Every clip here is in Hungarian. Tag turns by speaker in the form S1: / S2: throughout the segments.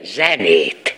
S1: zenét.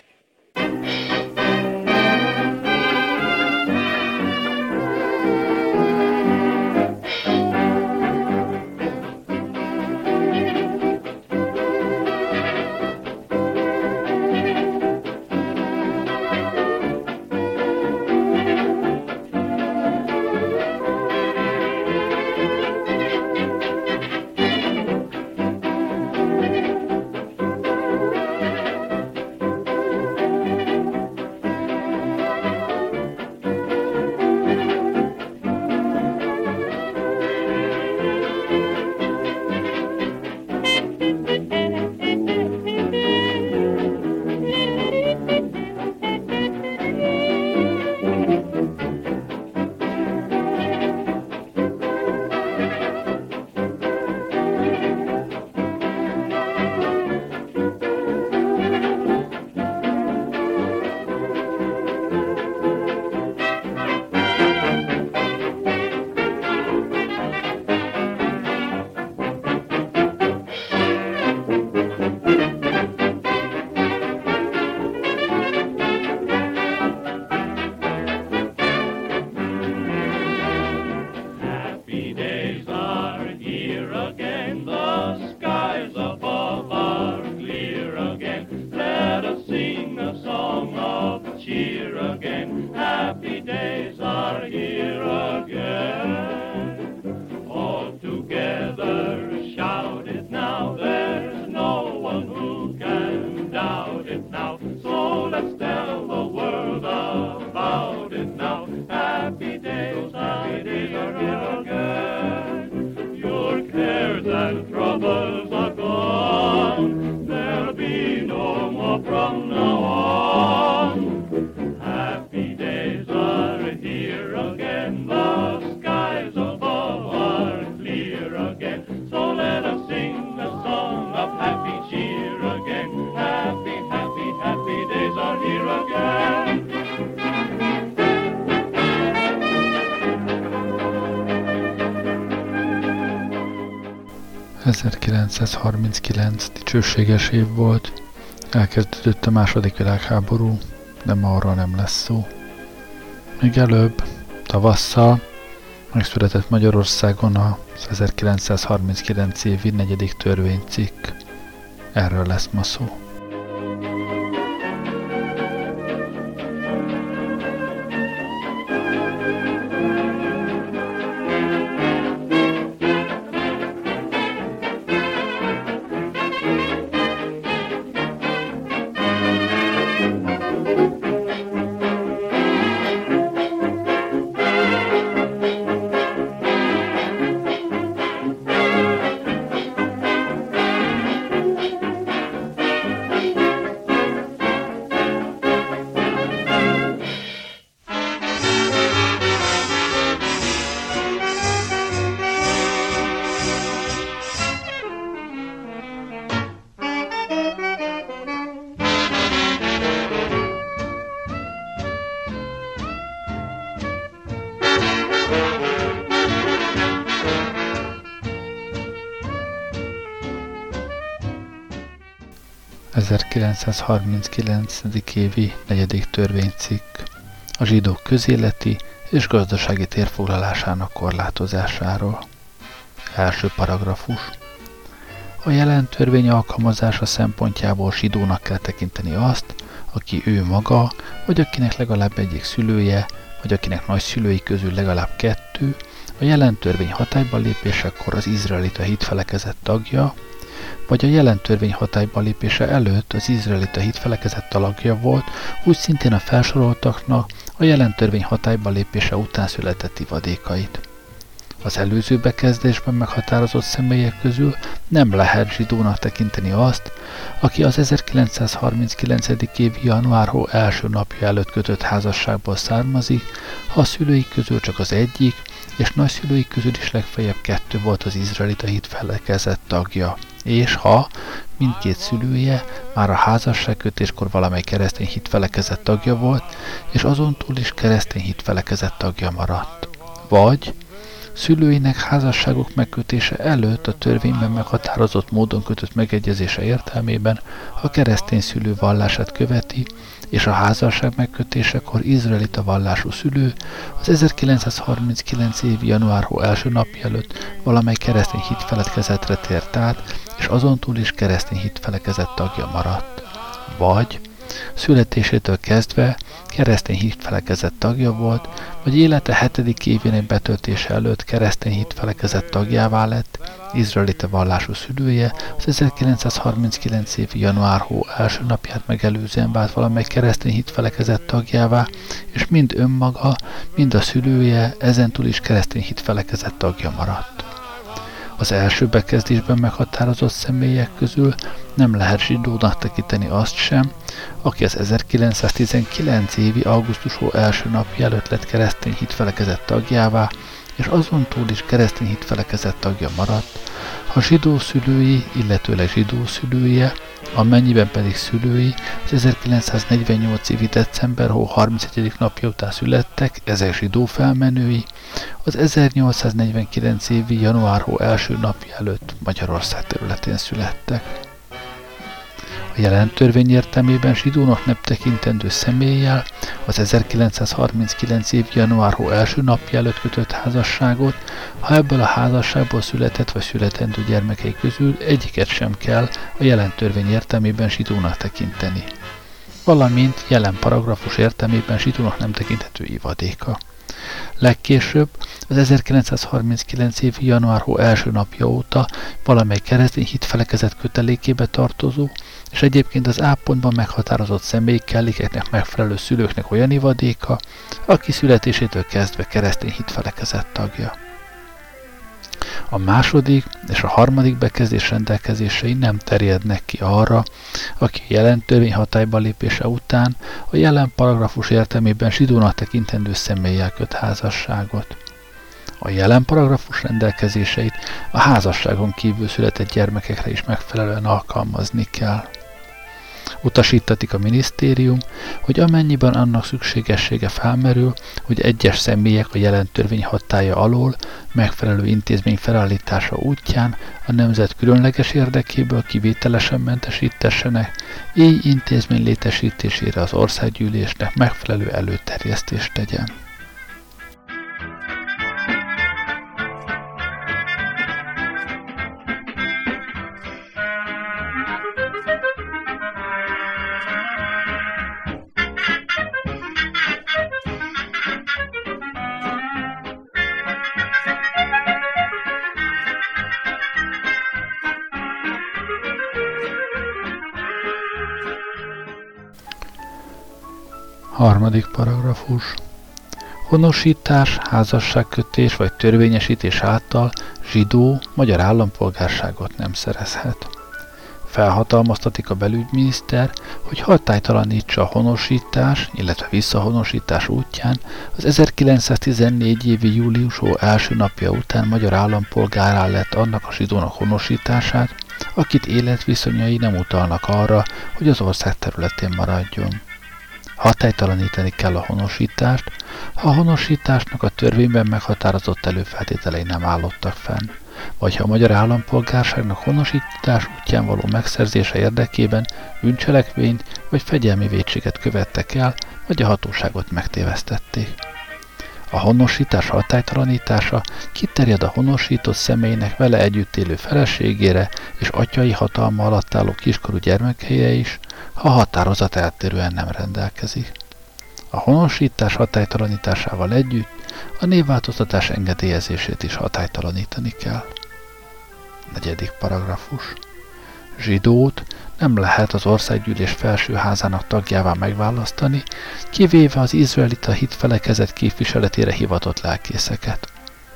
S2: ...1939 dicsőséges év volt, elkezdődött a második világháború, de ma arról nem lesz szó. Még előbb, tavasszal megszületett Magyarországon az 1939 évi 4. törvénycikk. Erről lesz ma szó. ...1939 évi 4. törvénycikk a zsidók közéleti és gazdasági térfoglalásának korlátozásáról. Első paragrafus. A jelen törvény alkalmazása szempontjából zsidónak kell tekinteni azt, aki ő maga, vagy akinek legalább egyik szülője, vagy akinek nagyszülői közül legalább 2, a jelen törvény hatályba lépésekor az izraelita hitfelekezet tagja, vagy a jelen törvény hatályba lépése előtt az izraelita hitfelekezet tagja volt, úgy szintén a felsoroltaknak a jelen törvény hatályba lépése után született ivadékait. Az előző bekezdésben meghatározott személyek közül nem lehet zsidónak tekinteni azt, aki az 1939. év január első napja előtt kötött házasságból származik, ha a szülői közül csak az egyik, és nagyszülői közül is legfeljebb 2 volt az izraelita hitfelekezet tagja, és ha mindkét szülője már a házasságkötéskor valamely keresztény hitfelekezet tagja volt, és azon túl is keresztény hitfelekezet tagja maradt. Vagy szülőinek házasságok megkötése előtt a törvényben meghatározott módon kötött megegyezése értelmében a keresztény szülő vallását követi, és a házasság megkötésekor izraelita vallású szülő az 1939 év január hó első napja előtt valamely keresztény hitfelekezetre tért át, és azontúl is keresztény hitfelekezet tagja maradt. Vagy születésétől kezdve keresztény hitfelekezet tagja volt, vagy élete 7. évének betöltése előtt keresztény hitfelekezet tagjává lett, izraelita vallású szülője az 1939 év január hó első napját megelőzően vált valamely keresztény hitfelekezet tagjává, és mind önmaga, mind a szülője ezentúl is keresztény hitfelekezet tagja maradt. Az első bekezdésben meghatározott személyek közül nem lehet zsidónak tekinteni azt sem, aki az 1919 évi augusztus hó első napja előtt lett keresztény hitfelekezet tagjává, és azon túl is keresztény hitfelekezet tagja maradt, ha zsidó szülői, illetőleg zsidó szülője, amennyiben pedig szülői az 1948 évi december hó 31. napja után születtek, ezek zsidó felmenői, az 1849 évi január hó első napja előtt Magyarország területén születtek. A jelen törvény értelmében zsidónak nem tekintendő személlyel az 1939 év január hó első napja előtt kötött házasságot, ha ebből a házasságból született vagy születendő gyermekei közül egyiket sem kell a jelen törvény értelmében zsidónak tekinteni, valamint jelen paragrafus értelmében zsidónak nem tekinthető ivadéka. Legkésőbb az 1939 év január hó első napja óta valamely keresztény hitfelekezet kötelékébe tartozó, és egyébként az A pontban meghatározott személy kellékeknek megfelelő szülőknek olyan ivadéka, aki születésétől kezdve keresztény hitfelekezet tagja. A második és a harmadik bekezdés rendelkezései nem terjednek ki arra, aki a jelen törvény hatályba lépése után a jelen paragrafus értelmében zsidónak tekintendő személlyel köt házasságot. A jelen paragrafus rendelkezéseit a házasságon kívül született gyermekekre is megfelelően alkalmazni kell. Utasítatik a minisztérium, hogy amennyiben annak szükségessége felmerül, hogy egyes személyek a jelen törvény hatálya alól megfelelő intézmény felállítása útján a nemzet különleges érdekéből kivételesen mentesítessenek, így intézmény létesítésére az országgyűlésnek megfelelő előterjesztést tegyen. Harmadik paragrafus. Honosítás, házasságkötés vagy törvényesítés által zsidó magyar állampolgárságot nem szerezhet. Felhatalmaztatik a belügyminiszter, hogy hatálytalanítsa a honosítás, illetve visszahonosítás útján az 1914 évi július hó első napja után magyar állampolgárá lett annak a zsidónak honosítását, akit életviszonyai nem utalnak arra, hogy az ország területén maradjon. Hatálytalanítani kell a honosítást, ha a honosításnak a törvényben meghatározott előfeltételei nem állottak fenn, vagy ha a magyar állampolgárságnak honosítás útján való megszerzése érdekében bűncselekményt vagy fegyelmi vétséget követtek el, vagy a hatóságot megtévesztették. A honosítás hatálytalanítása kiterjed a honosított személynek vele együtt élő feleségére és atyai hatalma alatt álló kiskorú gyermekeire is, ha a határozat eltérően nem rendelkezik. A honosítás hatálytalanításával együtt a névváltoztatás engedélyezését is hatálytalanítani kell. Negyedik paragrafus. Zsidót nem lehet az országgyűlés felsőházának tagjává megválasztani, kivéve az izraelita hitfelekezet képviseletére hivatott lelkészeket.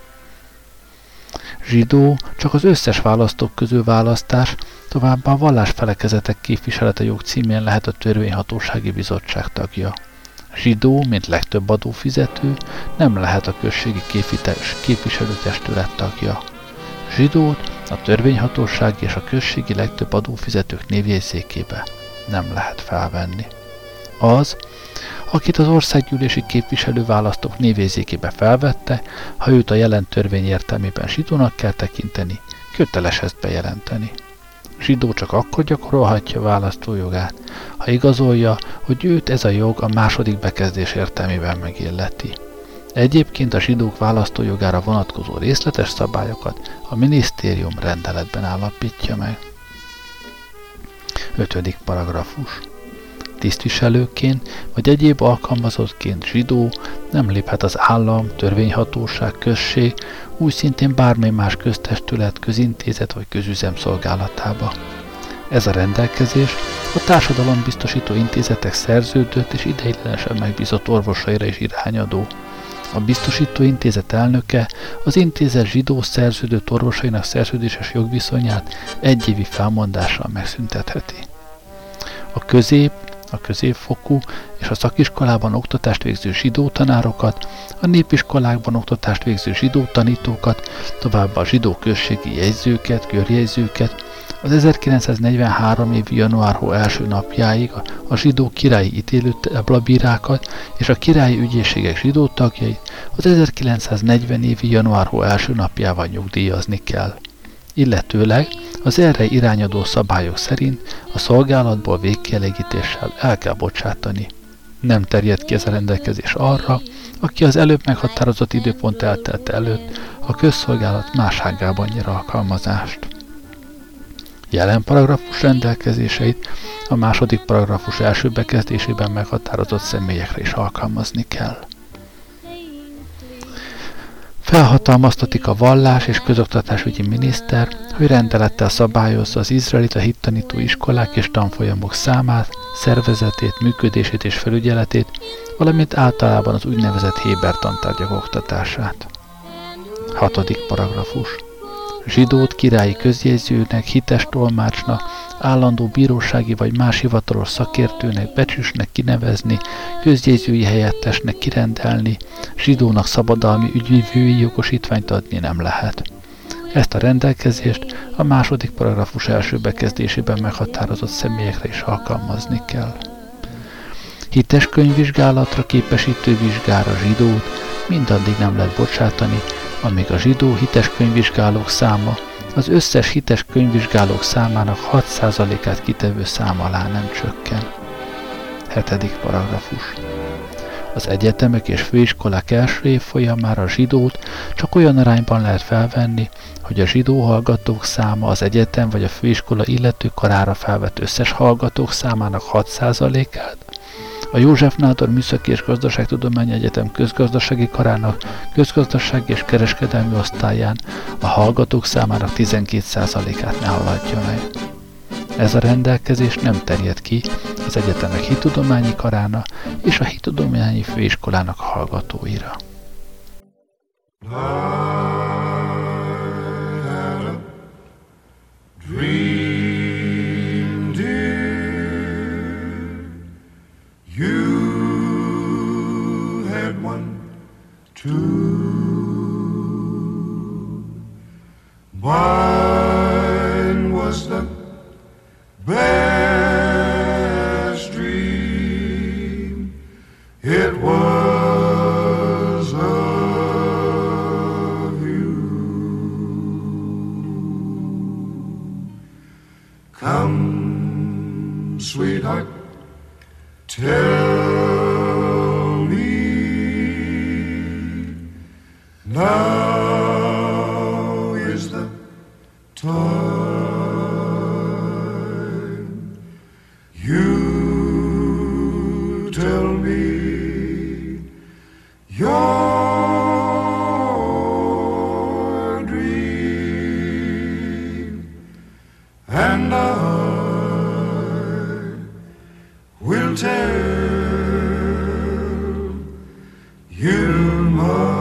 S2: Zsidó csak az összes választók közül választás, továbbá a vallásfelekezetek képviselete jog címén lehet a törvényhatósági bizottság tagja. Zsidó, mint legtöbb adófizető, nem lehet a községi képviselőtestület tagja. Zsidót a törvényhatóság és a községi legtöbb adófizetők névjegyzékébe nem lehet felvenni. Az, akit az országgyűlési képviselőválasztók névézékébe felvette, ha őt a jelen törvény értelmében zsidónak kell tekinteni, köteles ezt bejelenteni. Zsidó csak akkor gyakorolhatja választójogát, ha igazolja, hogy őt ez a jog a második bekezdés értelmében megilleti. Egyébként a zsidók választójogára vonatkozó részletes szabályokat a minisztérium rendeletben állapítja meg. 5. paragrafus. Tisztviselőként vagy egyéb alkalmazottként zsidó nem léphet az állam, törvényhatóság, község, úgy szintén bármely más köztestület, közintézet vagy közüzem szolgálatába. Ez a rendelkezés a társadalombiztosító intézetek szerződött és ideiglenesen megbízott orvosaira is irányadó. A biztosító intézet elnöke az intézet zsidó szerződött orvosainak szerződéses jogviszonyát egyévi felmondással megszüntetheti. A középfokú és a szakiskolában oktatást végző zsidó tanárokat, a népiskolákban oktatást végző zsidó tanítókat, továbbá a zsidó községi jegyzőket, körjegyzőket, az 1943 év január-hó első napjáig a zsidó királyi ítélőtáblabírákat és a királyi ügyészségek zsidó tagjait az 1940 évi január-hó első napjával nyugdíjazni kell. Illetőleg az erre irányadó szabályok szerint a szolgálatból végkielégítéssel el kell bocsátani. Nem terjed ki ez a rendelkezés arra, aki az előbb meghatározott időpont eltelte előtt a közszolgálat más ágában nyer alkalmazást. Jelen paragrafus rendelkezéseit a második paragrafus első bekezdésében meghatározott személyekre is alkalmazni kell. Felhatalmaztatik a vallás és közoktatásügyi miniszter, hogy rendelettel szabályozza az izraelita hittanító iskolák és tanfolyamok számát, szervezetét, működését és felügyeletét, valamint általában az úgynevezett Héber tantárgyak oktatását. 6. paragrafus. Zsidót királyi közjegyzőnek, hites tolmácsnak, állandó bírósági vagy más hivatalos szakértőnek, becsüsnek kinevezni, közjegyzői helyettesnek kirendelni, zsidónak szabadalmi ügyvívői jogosítványt adni nem lehet. Ezt a rendelkezést a második paragrafus első bekezdésében meghatározott személyekre is alkalmazni kell. Hites könyvvizsgálatra képesítő vizsgára zsidót mindaddig nem lehet bocsátani, amíg a zsidó hites könyvvizsgálók száma az összes hites könyvvizsgálók számának 6%-át kitevő szám alá nem csökken. 7. paragrafus. Az egyetemek és főiskolák első évfolyamára a zsidót csak olyan arányban lehet felvenni, hogy a zsidó hallgatók száma az egyetem vagy a főiskola illető karára felvett összes hallgatók számának 6%-át, a József Nádor Műszaki és Gazdaságtudományi Egyetem közgazdasági karának közgazdasági és kereskedelmi osztályán a hallgatók számának 12%-át ne haladja meg. Ez a rendelkezés nem terjed ki az egyetemek hittudományi karána és a hittudományi főiskolának hallgatóira.
S1: Mine was the best dream. It was of you. Come, sweetheart, tell me now. Time you tell me your dream, and I will tell you mine.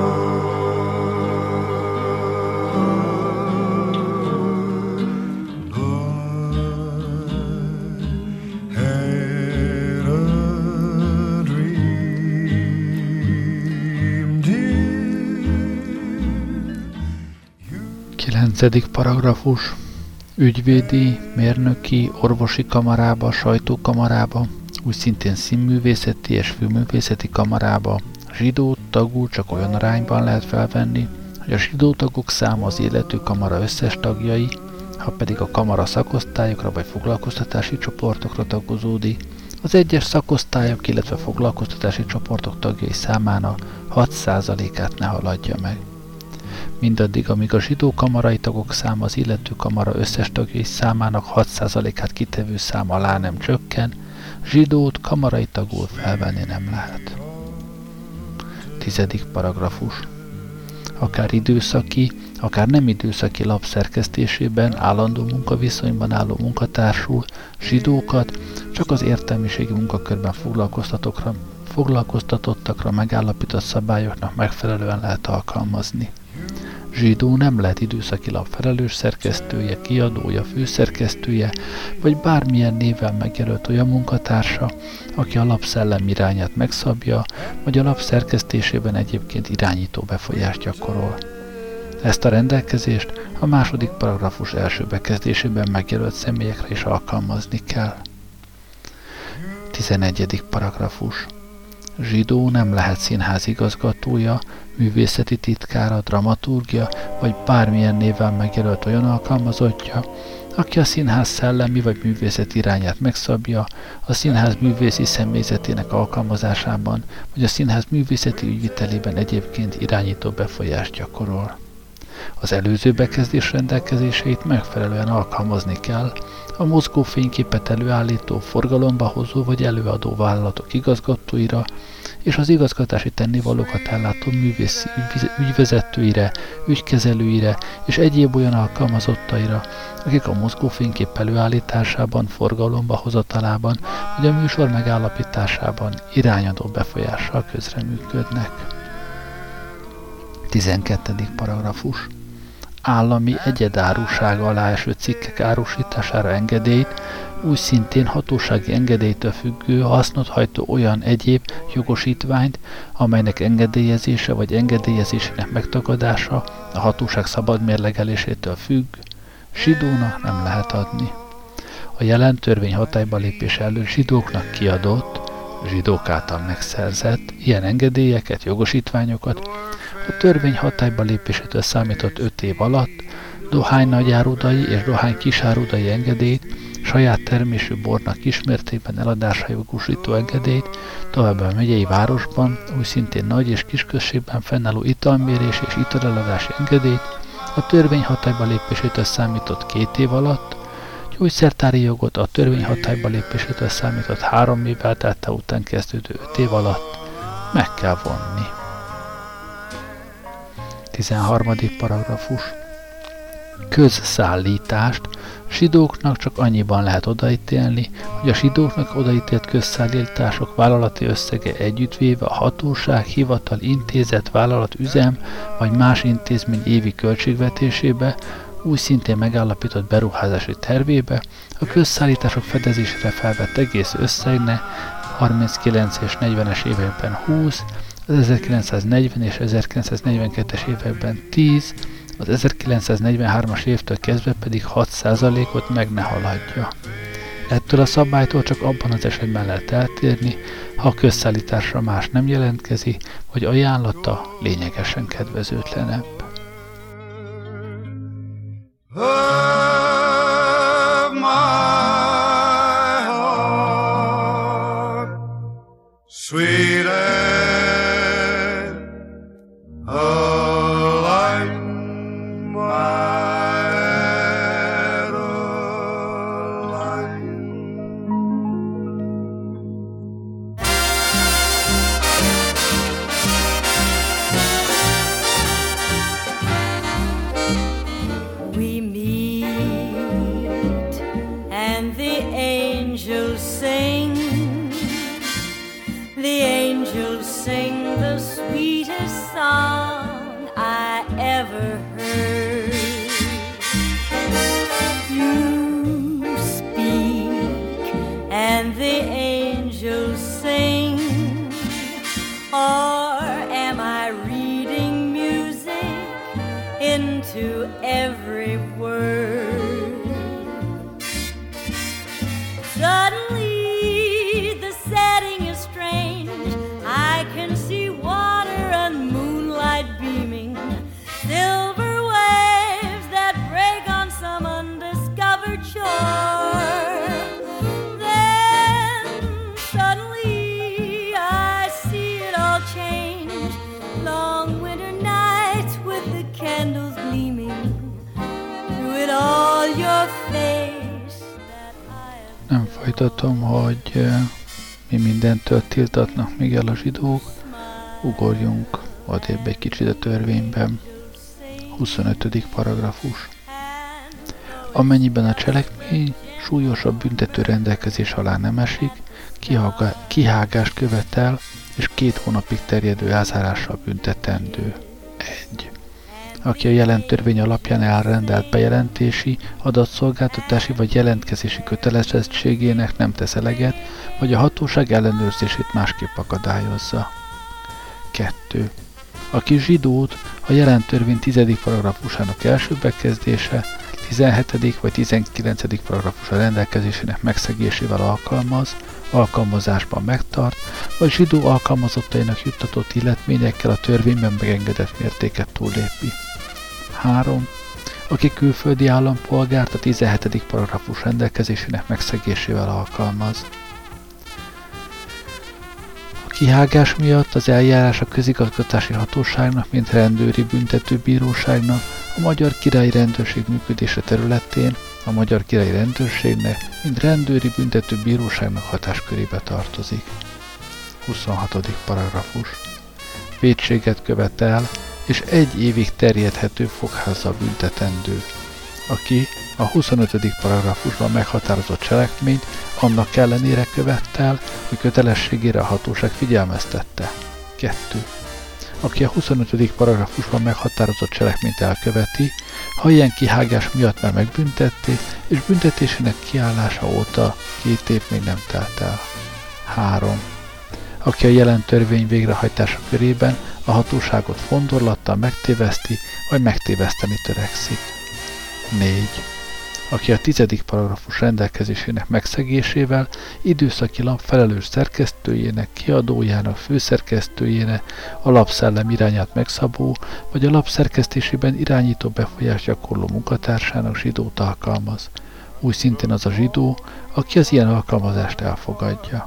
S2: Paragrafus. Ügyvédi, mérnöki, orvosi kamarába, sajtókamarába, úgy szintén színművészeti és filmművészeti kamarába zsidó tagul csak olyan arányban lehet felvenni, hogy a zsidó tagok száma az illető kamara összes tagjai, ha pedig a kamara szakosztályokra vagy foglalkoztatási csoportokra tagozódik, az egyes szakosztályok, illetve foglalkoztatási csoportok tagjai számának 6%-át ne haladja meg. Mindaddig, amíg a zsidó kamarai tagok száma az illető kamara összes tagjai számának 6%-át kitevő szám alá nem csökken, zsidót kamarai tagul felvenni nem lehet. 10. paragrafus. Akár időszaki, akár nem időszaki lap szerkesztésében állandó munkaviszonyban álló munkatársul zsidókat csak az értelmiségi munkakörben foglalkoztatottakra megállapított szabályoknak megfelelően lehet alkalmazni. Zsidó nem lehet időszaki lap felelős szerkesztője, kiadója, főszerkesztője, vagy bármilyen névvel megjelölt olyan munkatársa, aki a lap szellem irányát megszabja, vagy a lap szerkesztésében egyébként irányító befolyást gyakorol. Ezt a rendelkezést a második paragrafus első bekezdésében megjelölt személyekre is alkalmazni kell. 11. paragrafus. Zsidó nem lehet színház igazgatója, művészeti titkára, dramaturgia, vagy bármilyen néven megjelölt olyan alkalmazottja, aki a színház szellemi vagy művészeti irányát megszabja, a színház művészi személyzetének alkalmazásában, vagy a színház művészeti ügyvitelében egyébként irányító befolyást gyakorol. Az előző bekezdés rendelkezéseit megfelelően alkalmazni kell a mozgó fényképet előállító, forgalomba hozó vagy előadó vállalatok igazgatóira és az igazgatási tennivalókat ellátó művészi ügyvezetőire, ügykezelőire és egyéb olyan alkalmazottaira, akik a mozgófénykép előállításában, forgalomba hozatalában vagy a műsor megállapításában irányadó befolyással közreműködnek. 12. paragrafus. Állami egyedárúság alá eső cikkek árusítására engedélyt, úgy szintén hatósági engedélytől függő, hasznot hajtó olyan egyéb jogosítványt, amelynek engedélyezése vagy engedélyezésének megtagadása a hatóság szabad mérlegelésétől függ, zsidónak nem lehet adni. A jelen törvény hatályba lépése előtt zsidóknak kiadott, zsidók által megszerzett ilyen engedélyeket, jogosítványokat a törvény hatályba lépésétől számított 5 év alatt dohánynagyárudai és dohány kisárudai engedélyt, saját termésű bornak kismértékben eladásra jogosító engedélyt, továbbá a megyei városban, úgy szintén nagy és kisközségben fennálló italmérés és italeladási engedélyt, a törvény hatályba lépésétől számított 2 év alatt, gyógyszertári jogot a törvény hatályba lépésétől számított 3 év eltelte után kezdődő 5 év alatt meg kell vonni. 13. paragrafus. Közszállítást zsidóknak csak annyiban lehet odaítélni, hogy a zsidóknak odaítélt közszállítások vállalati összege együttvéve a hatóság, hivatal, intézet, vállalat, üzem vagy más intézmény évi költségvetésébe, úgy szintén megállapított beruházási tervébe, a közszállítások fedezésére felvett egész összegne 39 és 40-es években 20, az 1940 és 1942-es években 10, az 1943-as évtől kezdve pedig 6%-ot meg ne haladja. Ettől a szabálytól csak abban az esetben lehet eltérni, ha a közszállításra más nem jelentkezik, vagy ajánlata lényegesen kedvezőtlenebb.
S1: Of my heart, sweet as a lime, my Adeline.
S3: We meet and the angels sing. The angels sing the sweetest song I ever heard. You speak and the angels sing. Or am I reading music into every word? Suddenly the
S2: folytatom, hogy mi mindentől tiltatnak még el a zsidók, ugorjunk odébb egy kicsit a törvényben. 25. paragrafus. Amennyiben a cselekmény súlyosabb büntető rendelkezés alá nem esik, kihágást követel, és 2 hónapig terjedő elzárással büntetendő. 1. Aki a jelen törvény alapján elrendelt bejelentési, adatszolgáltatási vagy jelentkezési kötelezettségének nem tesz eleget, vagy a hatóság ellenőrzését másképp akadályozza. 2. Aki zsidót a jelen törvény 10. paragrafusának első bekezdése, 17. vagy 19. paragrafusa rendelkezésének megszegésével alkalmazásban megtart, vagy zsidó alkalmazottainak juttatott illetményekkel a törvényben megengedett mértéket túllépi. 3. Aki külföldi állampolgárt a 17. paragrafus rendelkezésének megszegésével alkalmaz. A kihágás miatt az eljárás a közigazgatási hatóságnak, mint rendőri büntetőbíróságnak, a Magyar Királyi Rendőrség működése területén a Magyar Királyi Rendőrségnek, mint rendőri büntetőbíróságnak hatáskörébe tartozik. 26. paragrafus. Vétséget követel, és 1 évig terjedhető fogházzal büntetendő, aki a 25. paragrafusban meghatározott cselekményt annak ellenére követel, hogy kötelességére a hatóság figyelmeztette. 2. Aki a 25. paragrafusban meghatározott cselekményt elköveti, ha ilyen kihágás miatt már megbüntették, és büntetésének kiállása óta 2 év még nem telt el. 3. Aki a jelen törvény végrehajtása körében a hatóságot fondorlattal megtéveszti, vagy megtéveszteni törekszik. 4. Aki a 10. paragrafus rendelkezésének megszegésével időszaki lap felelős szerkesztőjének, kiadójának, főszerkesztőjének a lapszellem irányát megszabó, vagy a lap szerkesztésében irányító befolyást gyakorló munkatársának zsidót alkalmaz. Úgy szintén az a zsidó, aki az ilyen alkalmazást elfogadja.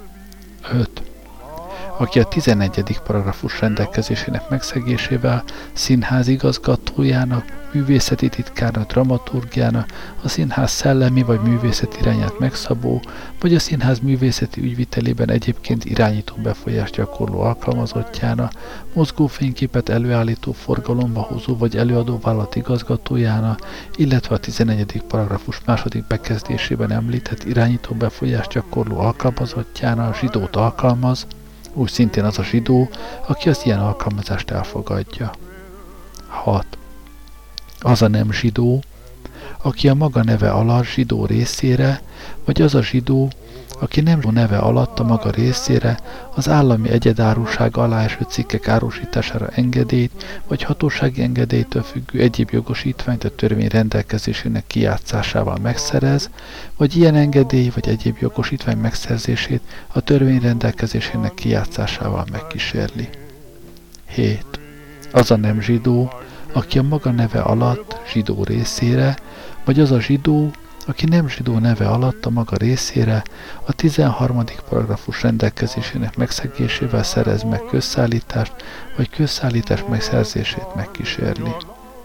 S2: 5. Aki a 11. paragrafus rendelkezésének megszegésével színházigazgatójának, művészeti titkárnak, dramaturgiának, a színház szellemi vagy művészeti irányát megszabó, vagy a színház művészeti ügyvitelében egyébként irányító befolyást gyakorló alkalmazottjának, mozgófényképet előállító, forgalomba hozó vagy előadó vállalat igazgatójának, illetve a 11. paragrafus második bekezdésében említett irányító befolyást gyakorló alkalmazottjának zsidót alkalmaz, úgy szintén az a zsidó, aki az ilyen alkalmazást elfogadja. 6. Az a nem zsidó, aki a maga neve alatt zsidó részére, vagy az a zsidó, aki nem zsidó neve alatt a maga részére az állami egyedárúság alá eső cikkek árusítására engedélyt, vagy hatósági engedélytől függő egyéb jogosítványt a törvény rendelkezésének kijátszásával megszerez, vagy ilyen engedély vagy egyéb jogosítvány megszerzését a törvény rendelkezésének kijátszásával megkísérli. 7. Az a nem zsidó, aki a maga neve alatt zsidó részére, vagy az a zsidó, aki nem zsidó neve alatt a maga részére a 13. paragrafus rendelkezésének megszegésével szerez meg közszállítást, vagy közszállítás megszerzését megkísérli.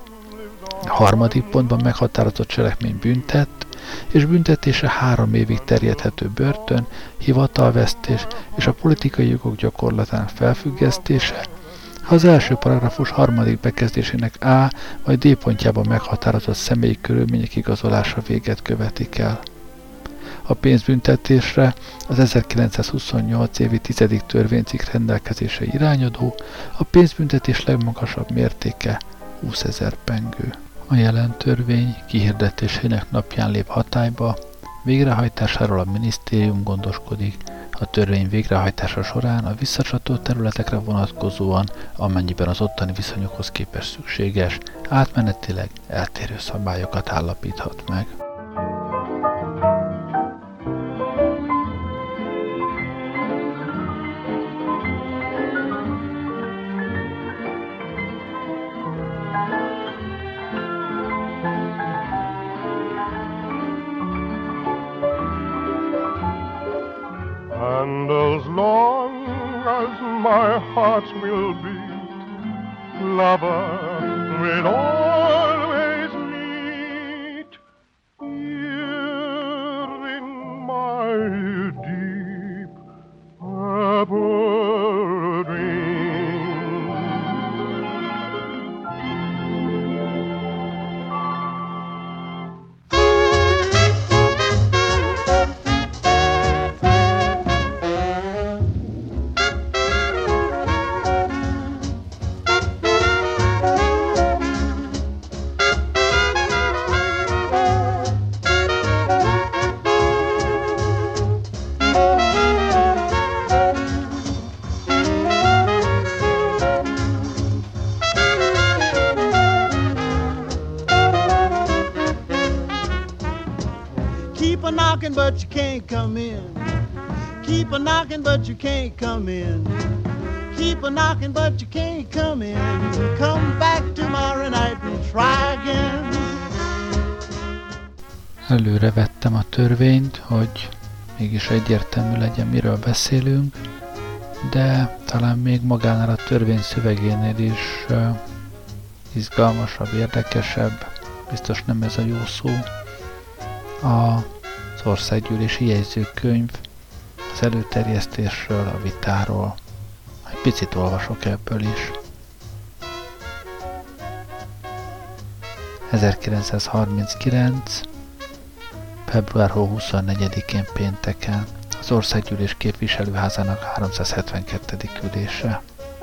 S2: A 3. pontban meghatározott cselekmény büntet, és büntetése 3 évig terjedhető börtön, hivatalvesztés és a politikai jogok gyakorlatának felfüggesztése, ha az első paragrafus 3. bekezdésének A vagy D pontjában meghatározott személyi körülmények igazolása véget követik el. A pénzbüntetésre az 1928 évi 10. törvénycikk rendelkezése irányadó, a pénzbüntetés legmagasabb mértéke 20 000 pengő. A jelen törvény kihirdetésének napján lép hatályba, végrehajtásáról a minisztérium gondoskodik, a törvény végrehajtása során a visszacsatolt területekre vonatkozóan, amennyiben az ottani viszonyokhoz képest szükséges, átmenetileg eltérő szabályokat állapíthat meg.
S1: And as long as my heart will beat, lover will always meet here in my deep purple dream.
S4: Keep a knocking, but you can't come in. Keep a knocking, but you can't come in. Keep a knocking, but you can't come in. Come back tomorrow night and try again.
S2: Előre vettem a törvényt, hogy mégis egyértelmű legyen, miről beszélünk, de talán még magánál a törvény szövegénél is izgalmasabb, érdekesebb, biztos nem ez a jó szó, az országgyűlési jegyzőkönyv, az előterjesztésről, a vitáról. Egy picit olvasok ebből is. 1939. február 24-én pénteken az Országgyűlés képviselőházának 372. ülése.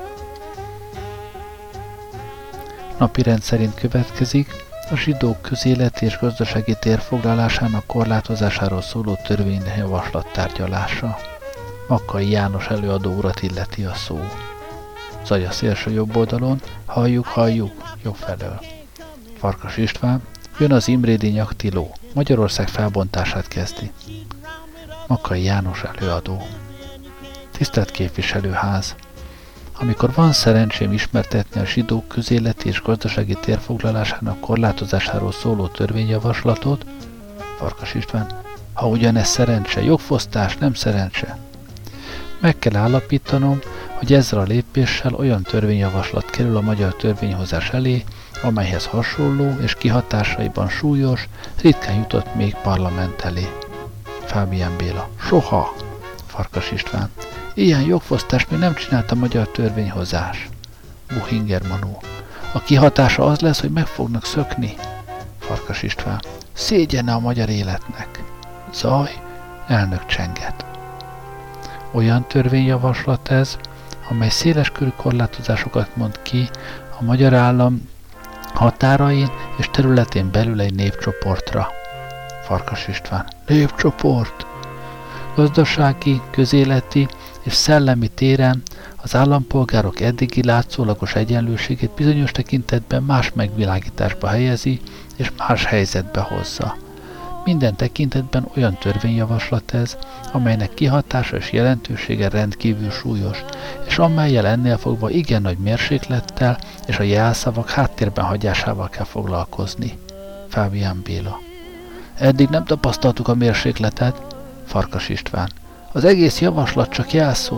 S2: Napirend szerint következik a zsidók közéleti és gazdasági térfoglalásának korlátozásáról szóló törvényjavaslat tárgyalása. Makkai János előadó urat illeti a szó. Zaj a szélső jobb oldalon, halljuk, jobb felől. Farkas István, jön az Imrédi nyaktiló, Magyarország felbontását kezdi. Makkai János előadó. Tisztelt képviselőház! Amikor van szerencsém ismertetni a zsidók közéleti és gazdasági térfoglalásának korlátozásáról szóló törvényjavaslatot, Farkas István, ha ugyanez szerencse, jogfosztás, nem szerencse. Meg kell állapítanom, hogy ezzel a lépéssel olyan törvényjavaslat kerül a magyar törvényhozás elé, amelyhez hasonló és kihatásaiban súlyos, ritkán jutott még parlament elé. Fábián Béla. Soha! Farkas István. Ilyen jogfosztást még nem csinált a magyar törvényhozás. Buchinger Manó. A kihatása az lesz, hogy meg fognak szökni. Farkas István. Szégyene a magyar életnek. Zaj, elnök csenget. Olyan törvényjavaslat ez, amely széleskörű korlátozásokat mond ki a magyar állam határain és területén belül egy népcsoportra. Farkas István. Népcsoport! Gazdasági, közéleti és szellemi téren az állampolgárok eddigi látszólagos egyenlőségét bizonyos tekintetben más megvilágításba helyezi és más helyzetbe hozza. Minden tekintetben olyan törvényjavaslat ez, amelynek kihatása és jelentősége rendkívül súlyos, és amellyel ennél fogva igen nagy mérséklettel és a jelszavak háttérben hagyásával kell foglalkozni. Fábián Béla. Eddig nem tapasztaltuk a mérsékletet. Farkas István. Az egész javaslat csak jelszó.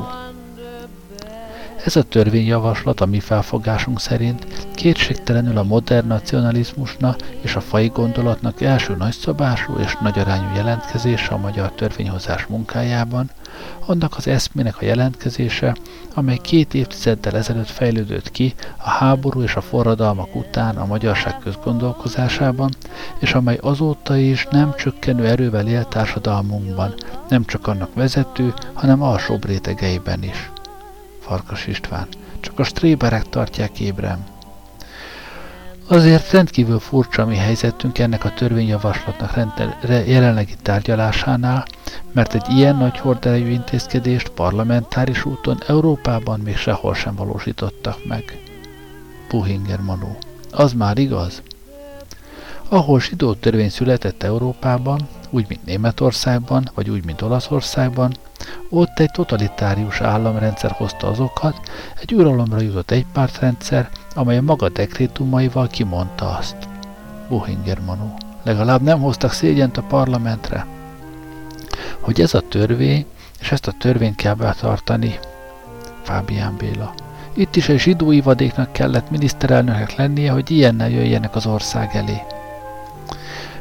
S2: Ez a törvényjavaslat a mi felfogásunk szerint kétségtelenül a modern nacionalizmusnak és a faji gondolatnak első nagyszabású és nagyarányú jelentkezése a magyar törvényhozás munkájában, annak az eszmének a jelentkezése, amely 2 évtizeddel ezelőtt fejlődött ki a háború és a forradalmak után a magyarság közgondolkozásában, és amely azóta is nem csökkenő erővel él társadalmunkban, nem csak annak vezető, hanem alsóbb rétegeiben is. Farkas István. Csak a stréberek tartják ébren. Azért rendkívül furcsa a mi helyzetünk ennek a törvényjavaslatnak jelenlegi tárgyalásánál, mert egy ilyen nagy horderejű intézkedést parlamentáris úton Európában még sehol sem valósítottak meg. Buchinger Manó. Az már igaz? Ahol zsidó törvény született Európában, úgy, mint Németországban, vagy úgy, mint Olaszországban, ott egy totalitárius államrendszer hozta azokat, egy uralomra jutott egypártrendszer, amely a maga dekrétumaival kimondta azt. Buchinger Manó. Legalább nem hoztak szégyent a parlamentre. Hogy ez a törvény, és ezt a törvényt kell betartani. Fábián Béla. Itt is egy zsidó ivadéknak kellett miniszterelnöknek lennie, hogy ilyennel jöjjenek az ország elé.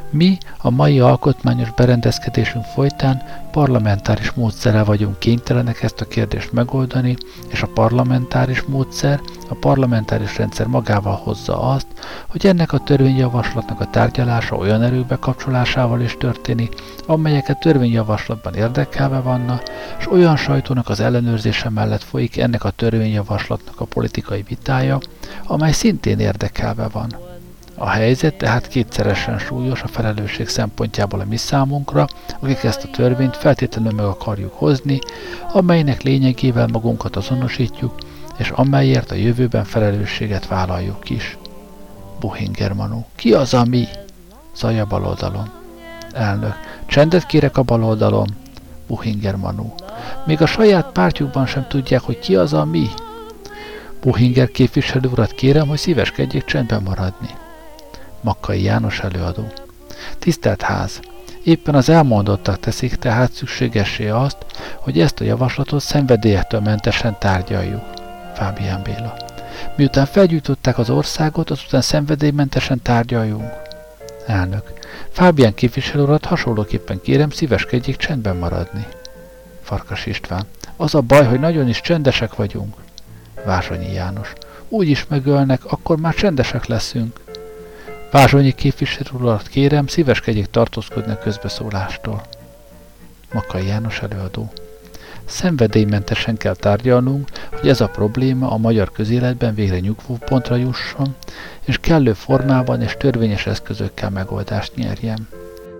S2: Mi a mai alkotmányos berendezkedésünk folytán parlamentáris módszerrel vagyunk kénytelenek ezt a kérdést megoldani, és a parlamentáris módszer, a parlamentáris rendszer magával hozza azt, hogy ennek a törvényjavaslatnak a tárgyalása olyan erők bekapcsolásával is történik, amelyeket törvényjavaslatban érdekelve vannak, és olyan sajtónak az ellenőrzése mellett folyik ennek a törvényjavaslatnak a politikai vitája, amely szintén érdekelve van. A helyzet tehát kétszeresen súlyos a felelősség szempontjából a mi számunkra, akik ezt a törvényt feltétlenül meg akarjuk hozni, amelynek lényegével magunkat azonosítjuk, és amelyért a jövőben felelősséget vállaljuk is. Buchinger Manu. Ki az a mi? Zaj a baloldalon. Elnök. Csendet kérek a baloldalon. Buchinger Manu. Még a saját pártjukban sem tudják, hogy ki az a mi? Buchinger képviselő urat kérem, hogy szíveskedjék csendben maradni. Makkai János előadó. Tisztelt Ház! Éppen az elmondottak teszik tehát szükségessé azt, hogy ezt a javaslatot szenvedélyektől mentesen tárgyaljuk. Fábián Béla. Miután felgyújtották az országot, azután szenvedélymentesen tárgyaljunk. Elnök. Fábián képviselő urat hasonlóképpen kérem, szíveskedjék csendben maradni. Farkas István. Az a baj, hogy nagyon is csendesek vagyunk. Vázsonyi János. Úgy is megölnek, akkor már csendesek leszünk. Vázsonyi képviselő urat kérem, szíveskedjék tartózkodni a közbeszólástól. Makkai János előadó. Szenvedélymentesen kell tárgyalnunk, hogy ez a probléma a magyar közéletben végre nyugvópontra jusson, és kellő formában és törvényes eszközökkel megoldást nyerjen.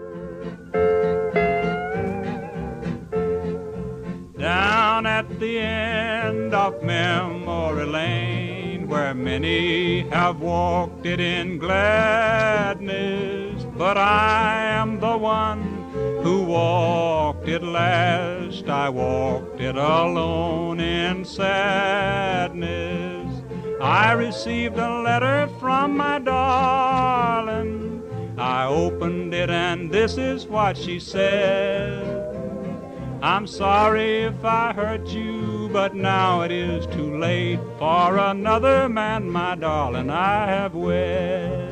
S5: Down at the end of memory lane, where many have walked it in gladness, but I am the one who walked it last. I walked it alone in sadness. I received a letter from my darling. I opened it and this is what she said. I'm sorry if I hurt you, but now it is too late. For another man, my darling, I have wed.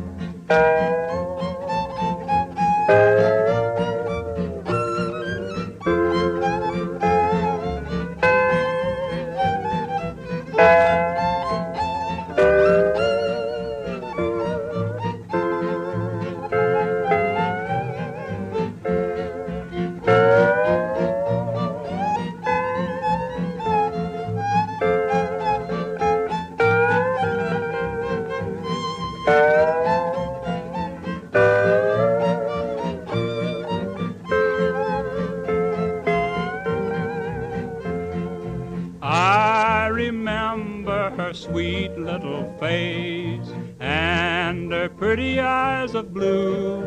S5: Sweet little face and her pretty eyes of blue,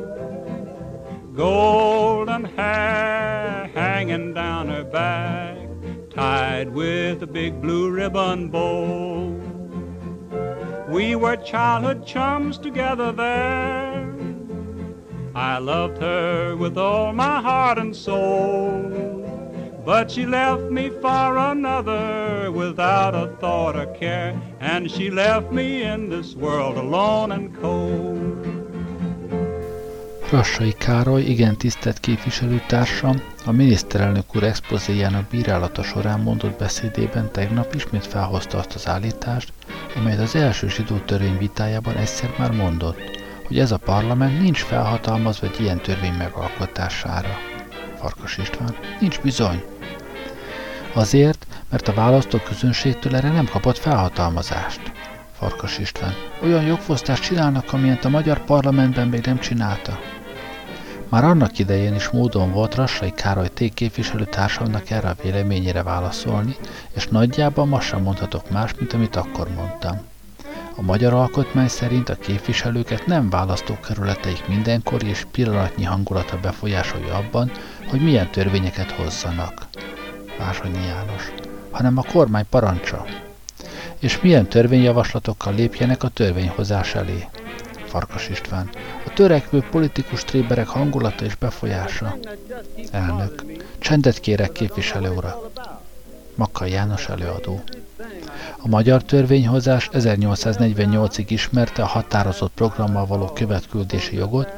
S5: golden hair hanging down her back, tied with a big blue ribbon bow. We were childhood chums together there. I loved her with all my heart and soul. But she left me for another without a thought or care, and she left me in this world alone and cold.
S2: Rassai Károly, igen tisztelt képviselőtársam, a miniszterelnök úr expozéjának bírálata során mondott beszédében tegnap ismét felhozta azt az állítást, amelyet az első zsidó törvény vitájában egyszer már mondott, hogy ez a parlament nincs felhatalmazva egy ilyen törvény megalkotására. Farkas István. Nincs bizony. Azért, mert a választóközönségtől erre nem kapott felhatalmazást. Farkas István. Olyan jogfosztást csinálnak, amilyent a magyar parlamentben még nem csinálta. Már annak idején is módon volt Rassai Károly képviselőtársamnak erre a véleményére válaszolni, és nagyjából ma sem mondhatok más, mint amit akkor mondtam. A magyar alkotmány szerint a képviselőket nem választókerületeik mindenkori és pillanatnyi hangulata befolyásolja abban, hogy milyen törvényeket hozzanak. Vázsonyi János. Hanem a kormány parancsa. És milyen törvényjavaslatokkal lépjenek a törvényhozás elé. Farkas István. A törekvő politikus tréberek hangulata és befolyása. Elnök. Csendet kérek, képviselő urak. Makkai János előadó. A magyar törvényhozás 1848-ig ismerte a határozott programmal való követküldési jogot,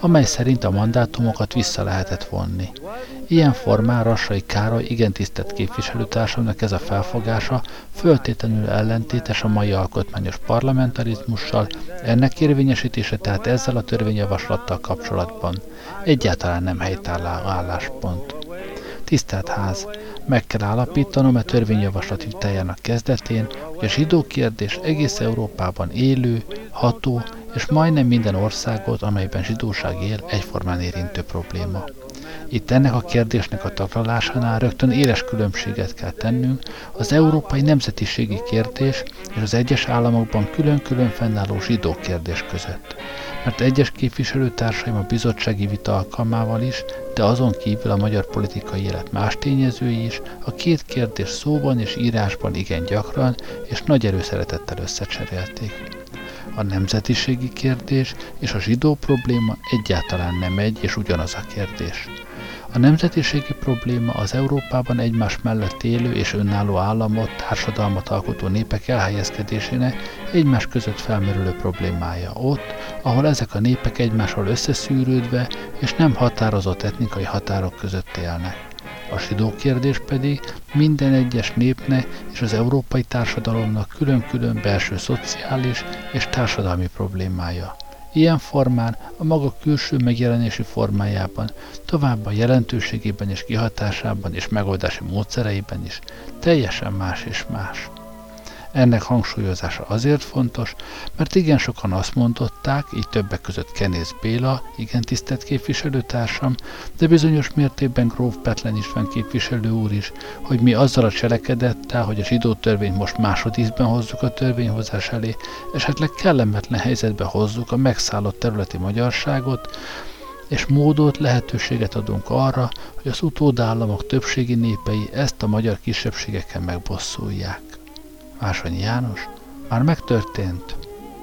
S2: amely szerint a mandátumokat vissza lehetett vonni. Ilyen formán Rassai Károly igen tisztelt képviselőtársamnak ez a felfogása föltétlenül ellentétes a mai alkotmányos parlamentarizmussal, ennek érvényesítése tehát ezzel a törvényjavaslattal kapcsolatban egyáltalán nem helytálló álláspont. Tisztelt Ház, meg kell állapítanom törvényjavaslat vitájának kezdetén, hogy a zsidó kérdés egész Európában élő, ható és majdnem minden országot, amelyben zsidóság él, egyformán érintő probléma. Itt ennek a kérdésnek a taglalásánál rögtön éles különbséget kell tennünk az európai nemzetiségi kérdés és az egyes államokban külön-külön fennálló zsidó kérdés között. Mert egyes képviselőtársaim a bizottsági vita alkalmával is, de azon kívül a magyar politikai élet más tényezői is a két kérdés szóban és írásban igen gyakran és nagy erőszeretettel összecserélték. A nemzetiségi kérdés és a zsidó probléma egyáltalán nem egy és ugyanaz a kérdés. A nemzetiségi probléma az Európában egymás mellett élő és önálló államot, társadalmat alkotó népek elhelyezkedésének egymás között felmerülő problémája ott, ahol ezek a népek egymással összeszűrődve és nem határozott etnikai határok között élnek. A zsidó kérdés pedig minden egyes népnek és az európai társadalomnak külön-külön belső szociális és társadalmi problémája. Ilyen formán, a maga külső megjelenési formájában, továbbá jelentőségében és kihatásában és megoldási módszereiben is teljesen más és más. Ennek hangsúlyozása azért fontos, mert igen sokan azt mondották, így többek között Kenész Béla, igen tisztelt képviselőtársam, de bizonyos mértékben Gróf Bethlen István képviselő úr is, hogy mi azzal a cselekedettel, hogy a zsidó törvényt most másodízben hozzuk a törvényhozás elé, esetleg kellemetlen helyzetbe hozzuk a megszállott területi magyarságot, és módot, lehetőséget adunk arra, hogy az utódállamok többségi népei ezt a magyar kisebbségeken megbosszulják. Másonyi János, már megtörtént.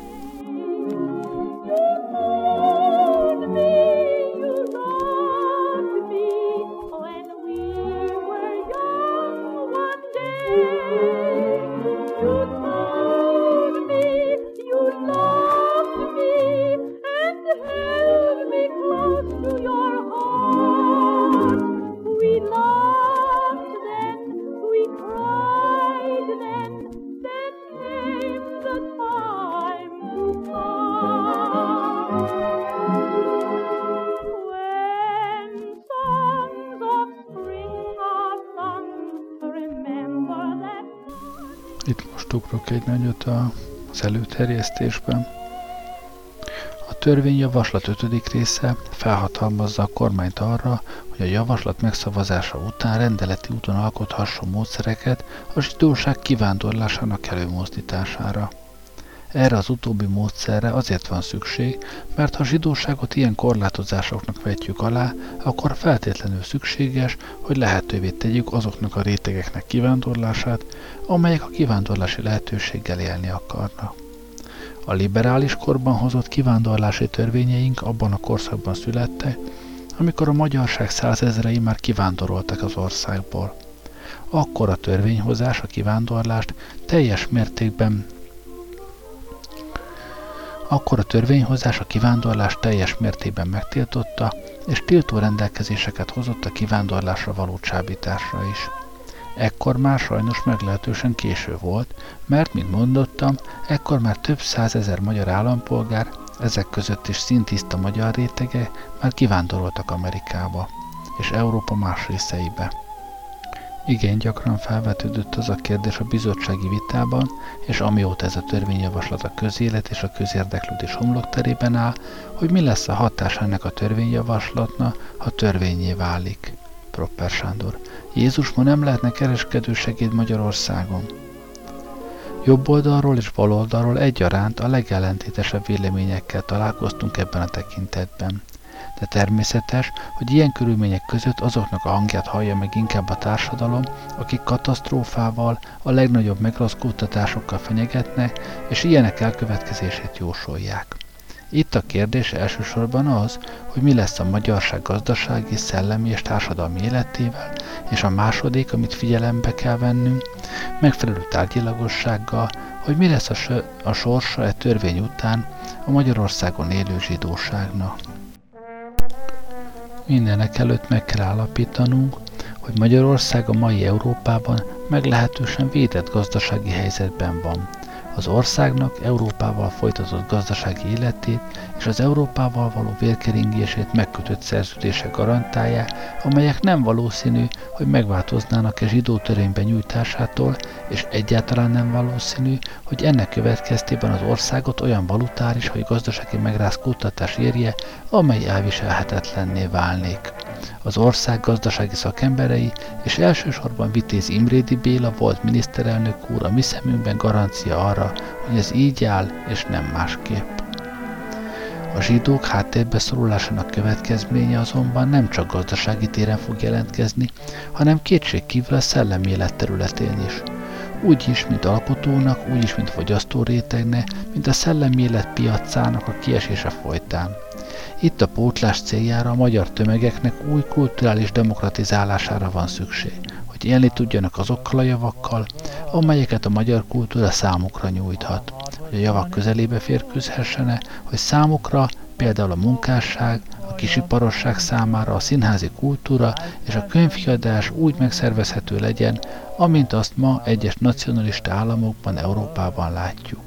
S2: Itt most ugrok egy nagyot az előterjesztésben. A törvényjavaslat 5. része felhatalmazza a kormányt arra, hogy a javaslat megszavazása után rendeleti úton alkothasson módszereket a zsidóság kivándorlásának előmozdítására. Erre az utóbbi módszerre azért van szükség, mert ha a zsidóságot ilyen korlátozásoknak vetjük alá, akkor feltétlenül szükséges, hogy lehetővé tegyük azoknak a rétegeknek kivándorlását, amelyek a kivándorlási lehetőséggel élni akarnak. A liberális korban hozott kivándorlási törvényeink abban a korszakban születtek, amikor a magyarság százezrei már kivándoroltak az országból. Akkor a törvényhozás a kivándorlást teljes mértékben megtiltotta, és tiltó rendelkezéseket hozott a kivándorlásra való csábításra is. Ekkor már sajnos meglehetősen késő volt, mert, mint mondottam, ekkor már több százezer magyar állampolgár, ezek között is szintiszta magyar rétege már kivándoroltak Amerikába, és Európa más részeibe. Igen gyakran felvetődött az a kérdés a bizottsági vitában, és amióta ez a törvényjavaslat a közélet és a közérdeklődés homlokterében áll, hogy mi lesz a hatás ennek a törvényjavaslatnak, ha törvénnyé válik. Propper Sándor. Jézus, ma nem lehetne kereskedősegéd Magyarországon. Jobb oldalról és bal oldalról egyaránt a legellentétesebb véleményekkel találkoztunk ebben a tekintetben. De természetes, hogy ilyen körülmények között azoknak a hangját hallja meg inkább a társadalom, akik katasztrófával, a legnagyobb megraszkódtatásokkal fenyegetnek, és ilyenek elkövetkezését jósolják. Itt a kérdés elsősorban az, hogy mi lesz a magyarság gazdasági, szellemi és társadalmi életével, és a második, amit figyelembe kell vennünk, megfelelő tárgyilagossággal, hogy mi lesz a sorsa e törvény után a Magyarországon élő zsidóságnak. Mindenek előtt meg kell állapítanunk, hogy Magyarország a mai Európában meglehetősen védett gazdasági helyzetben van. Az országnak Európával folytatott gazdasági életét és az Európával való vérkeringését megkötött szerződések garantálják, amelyek nem valószínű, hogy megváltoznának zsidó törvény benyújtásától, és egyáltalán nem valószínű, hogy ennek következtében az országot olyan valutáris vagy gazdasági megrázkódtatás érje, amely elviselhetetlenné válnék. Az ország gazdasági szakemberei, és elsősorban Vitéz Imrédi Béla volt miniszterelnök úr a mi szemünkben garancia arra, hogy ez így áll, és nem másképp. A zsidók háttérbe szorulásának következménye azonban nem csak gazdasági téren fog jelentkezni, hanem kétségkívül a szellemi élet területén is. Úgy is, mint alkotónak, úgy is, mint fogyasztó rétegnek, mint a szellemi élet piacának a kiesése folytán. Itt a pótlás céljára a magyar tömegeknek új kulturális demokratizálására van szükség, hogy élni tudjanak azokkal a javakkal, amelyeket a magyar kultúra számukra nyújthat, hogy a javak közelébe férkőzhessene, hogy számukra például a munkásság, a kisiparosság számára a színházi kultúra és a könyvkiadás úgy megszervezhető legyen, amint azt ma egyes nacionalista államokban, Európában látjuk.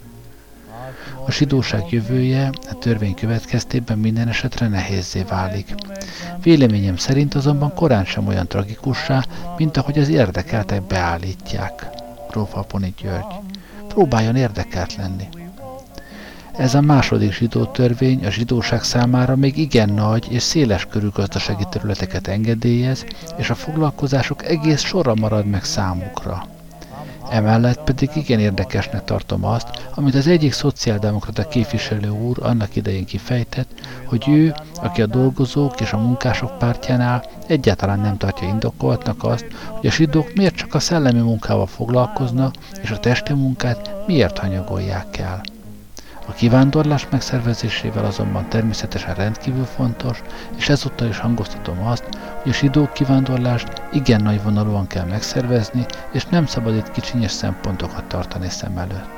S2: A zsidóság jövője a törvény következtében minden esetre nehézzé válik. Véleményem szerint azonban korán sem olyan tragikussá, mint ahogy az érdekeltek beállítják. Gróf Aponi György. Próbáljon érdekelt lenni. Ez a második zsidó törvény a zsidóság számára még igen nagy és széles körű gazdasági területeket engedélyez, és a foglalkozások egész sorra marad meg számukra. Emellett pedig igen érdekesnek tartom azt, amit az egyik szociáldemokrata képviselő úr annak idején kifejtett, hogy ő, aki a dolgozók és a munkások pártjánál egyáltalán nem tartja indokoltnak azt, hogy a zsidók miért csak a szellemi munkával foglalkoznak, és a testi munkát miért hanyagolják el. A kivándorlás megszervezésével azonban természetesen rendkívül fontos, és ezúttal is hangoztatom azt, hogy a zsidó kivándorlást igen nagyvonalúan kell megszervezni, és nem szabad itt kicsinyes szempontokat tartani szem előtt.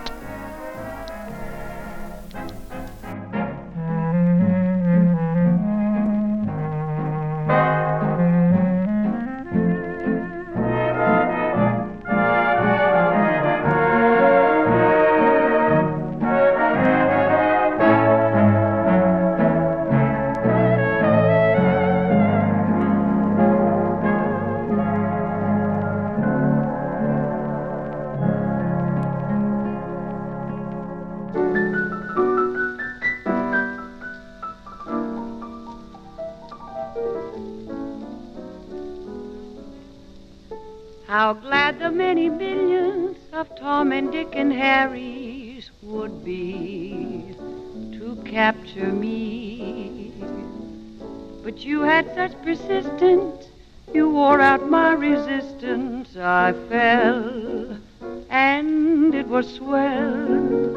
S3: How glad the many millions of Tom and Dick and Harrys would be to capture me. But you had such persistence, you wore out my resistance. I fell, and it was swell.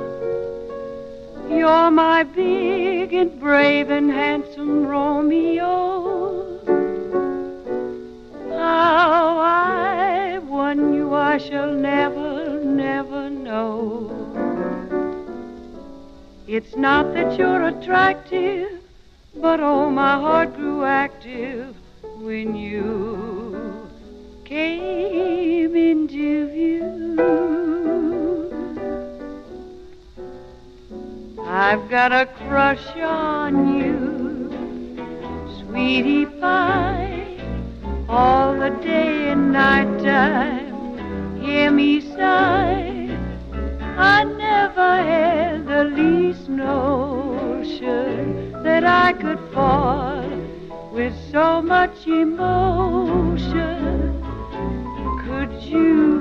S3: You're my big and brave and handsome Romeo. How I won you I shall never, never know. It's not that you're attractive, but oh, my heart grew active when you came into view. I've got a crush on you, sweetie pie, all the day and night time. Hear me sigh, I never had the least notion that I could fall with so much emotion. Could you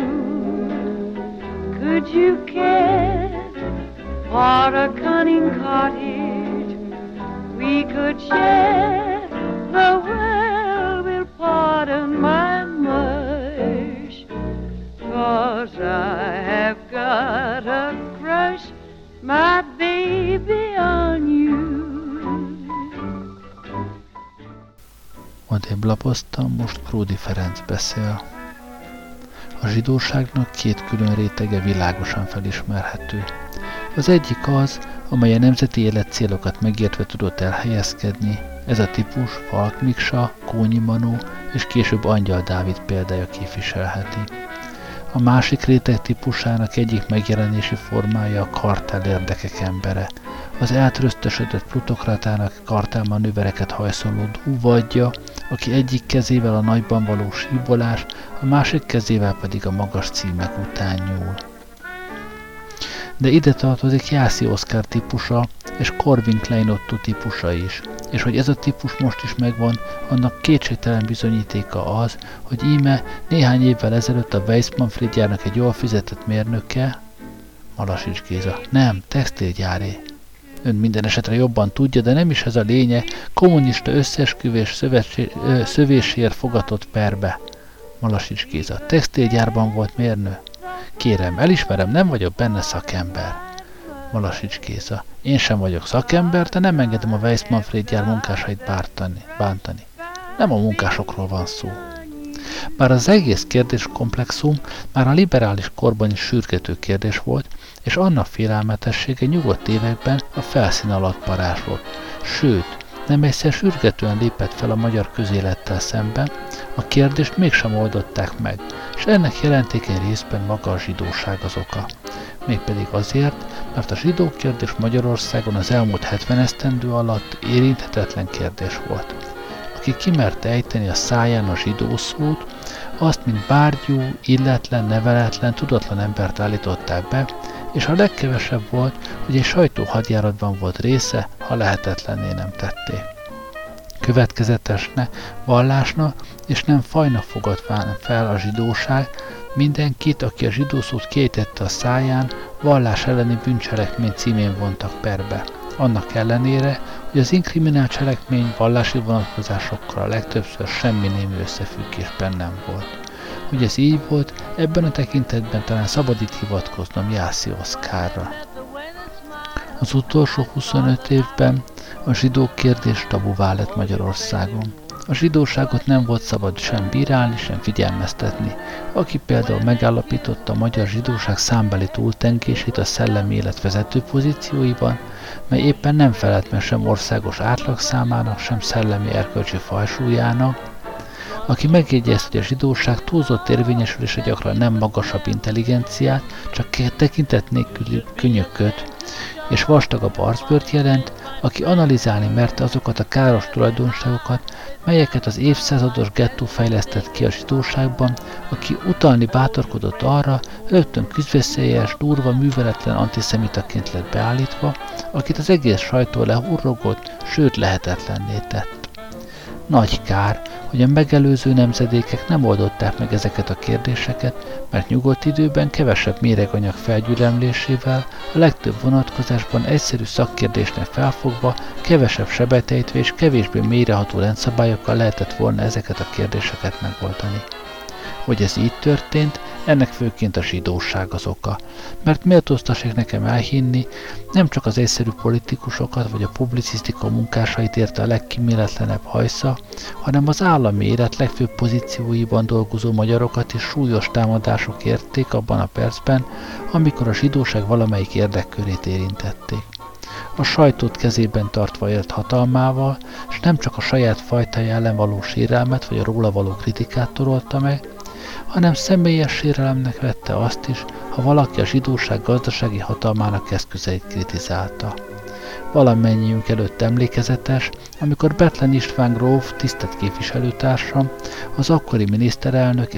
S3: care for a cunning cottage we could share? The world will pardon my mush, 'cause I have got a crush, my baby, on you.
S2: Odébb lapoztam, most Kródi Ferenc beszél. A zsidóságnak két külön rétege világosan felismerhető. Az egyik az, amely a nemzeti életcélokat megértve tudott elhelyezkedni, Ez a típus Falk Miksa, Kónyi Manó és később Angyal Dávid példája képviselheti. A másik réteg típusának egyik megjelenési formája a kartell érdekek embere, az eltröztösödött plutokratának kartellmanővereket hajszoló dúvadja, aki egyik kezével a nagyban való síbolás, a másik kezével pedig a magas címek után nyúl. De ide tartozik Jászi Oszkár típusa és Corvin Kleinotto típusa is, és hogy ez a típus most is megvan, annak kétségtelen bizonyítéka az, hogy íme néhány évvel ezelőtt a Weissmann-Fried gyárnak egy jól fizetett mérnöke, Malasics Géza, nem, textilgyáré. Ön minden esetre jobban tudja, de nem is ez a lényeg, kommunista összeesküvés szövéséért fogatott perbe. Malasics Géza, textilgyárban volt mérnő. Kérem, elismerem, nem vagyok benne szakember. Malasics Géza, én sem vagyok szakember, de nem engedem a Weissmann-Fried gyár munkásait bántani. Nem a munkásokról van szó. Bár az egész kérdéskomplexum már a liberális korban is sürgető kérdés volt, és annak félelmetessége nyugodt években a felszín alatt parázslott. Sőt, nem egyszer sürgetően lépett fel a magyar közélettel szemben, a kérdést mégsem oldották meg, és ennek jelentékeny részben maga a zsidóság az oka. Mégpedig azért, mert a zsidó kérdés Magyarországon az elmúlt 70 esztendő alatt érinthetetlen kérdés volt. Aki kimerte ejteni a száján a zsidó szót, azt, mint bárgyú, illetlen, neveletlen, tudatlan embert állították be, és a legkevesebb volt, hogy egy sajtóhadjáratban volt része, ha lehetetlenné nem tették. Következetesne, vallásna és nem fajnak fogadván fel a zsidóság mindenkit, aki a zsidó szót kiejtette a száján, vallás elleni bűncselekmény címén vontak perbe. Annak ellenére, hogy az inkriminált cselekmény vallási vonatkozásokkal a legtöbbször semmi némi összefüggésben nem volt. Hogy ez így volt, ebben a tekintetben talán szabad itt hivatkoznom Jászi Oszkárra. Az utolsó 25 évben a zsidó kérdés tabuvá lett Magyarországon. A zsidóságot nem volt szabad sem bírálni, sem figyelmeztetni. Aki például megállapította a magyar zsidóság számbeli túltengését a szellemi élet vezető pozícióiban, mely éppen nem felelt meg sem országos átlagszámának, sem szellemi erkölcsi fajsúlyának, aki megjegyezte, hogy a zsidóság túlzott érvényesülése gyakran nem magasabb intelligenciát, csak tekintet nélküli könyököt és vastagabb arcbőrt jelent, aki analizálni merte azokat a káros tulajdonságokat, melyeket az évszázados gettó fejlesztett ki a zsidóságban, aki utalni bátorkodott arra, rögtön küszveszélyes, durva, műveletlen antiszemitaként lett beállítva, akit az egész sajtó lehurrogott, sőt lehetetlenné tett. Nagy kár, hogy a megelőző nemzedékek nem oldották meg ezeket a kérdéseket, mert nyugodt időben kevesebb méreganyag felgyülemlésével, a legtöbb vonatkozásban egyszerű szakkérdésnek felfogva, kevesebb sebetejtve és kevésbé mélyreható rendszabályokkal lehetett volna ezeket a kérdéseket megoldani. Hogy ez így történt, ennek főként a zsidóság az oka, mert méltóztassék nekem elhinni, nem csak az egyszerű politikusokat vagy a publicisztika munkásait érte a legkíméletlenebb hajsza, hanem az állami élet legfőbb pozícióiban dolgozó magyarokat is súlyos támadások érték abban a percben, amikor a zsidóság valamelyik érdekkörét érintették. A sajtót kezében tartva élt hatalmával, és nem csak a saját fajtája ellen való sérelmet vagy a róla való kritikát torolta meg, hanem személyes sérelemnek vette azt is, ha valaki a zsidóság gazdasági hatalmának eszközeit kritizálta. Valamennyiünk előtt emlékezetes, amikor Bethlen István gróf, tisztelt képviselőtársam, az akkori miniszterelnök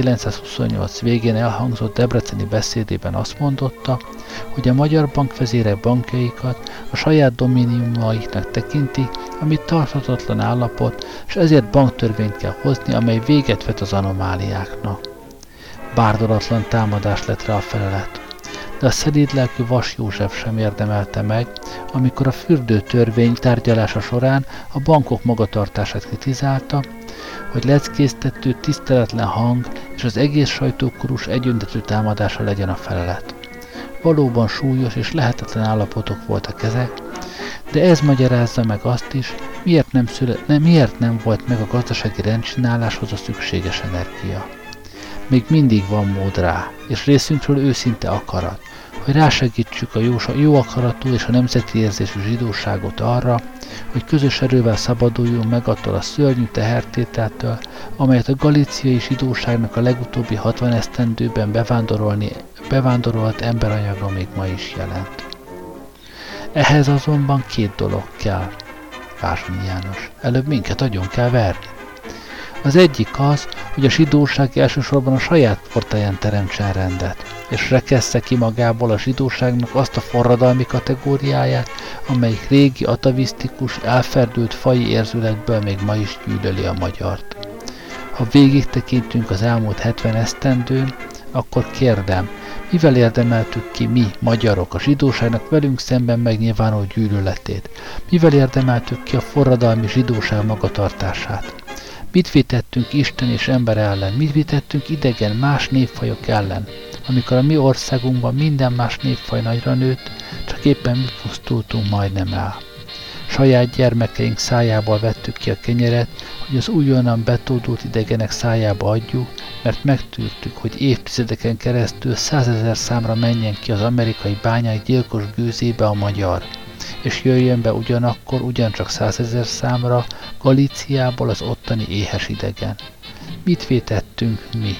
S2: 1928 végén elhangzott debreceni beszédében azt mondotta, hogy a magyar bankvezérek bankjaikat a saját dominiumaiknak tekinti, amit tarthatatlan állapot, és ezért banktörvényt kell hozni, amely véget vet az anomáliáknak. Bárdolatlan támadás lett rá a felelet. De a szelídlelkű Vas József sem érdemelte meg, amikor a fürdőtörvény tárgyalása során a bankok magatartását kritizálta, hogy leckéztető, tiszteletlen hang és az egész sajtókorus egyöntetű támadása legyen a felelet. Valóban súlyos és lehetetlen állapotok voltak ezek, de ez magyarázza meg azt is, miért nem volt meg a gazdasági rendcsináláshoz a szükséges energia. Még mindig van mód rá, és részünkről őszinte akarat, hogy rásegítsük a jó akaratú és a nemzeti érzésű zsidóságot arra, hogy közös erővel szabaduljunk meg attól a szörnyű tehertételtől, amelyet a galíciai zsidóságnak a legutóbbi 60 esztendőben bevándorolt emberanyaga még ma is jelent. Ehhez azonban 2 dolog kell, Vázsonyi János. Előbb minket agyon kell verni. Az egyik az, hogy a zsidóság elsősorban a saját portáján teremtsen rendet, és rekessze ki magából a zsidóságnak azt a forradalmi kategóriáját, amelyik régi atavisztikus, elferdült faji érzületből még ma is gyűlöli a magyart. Ha végig tekintünk az elmúlt 70 esztendőn, akkor kérdem, mivel érdemeltük ki mi, magyarok, a zsidóságnak velünk szemben megnyilvánuló gyűlöletét? Mivel érdemeltük ki a forradalmi zsidóság magatartását? Mit vitettünk Isten és ember ellen? Mit vitettünk idegen, más népfajok ellen? Amikor a mi országunkban minden más népfaj nagyra nőtt, csak éppen mi pusztultunk majdnem el. Saját gyermekeink szájából vettük ki a kenyeret, hogy az újonnan betódult idegenek szájába adjuk, mert megtűrtük, hogy évtizedeken keresztül 100 000 számra menjen ki az amerikai bányák gyilkos gőzébe a magyar, és jöjjön be ugyancsak 100 000 számra Galíciából az ottani éhes idegen. Mit vétettünk mi?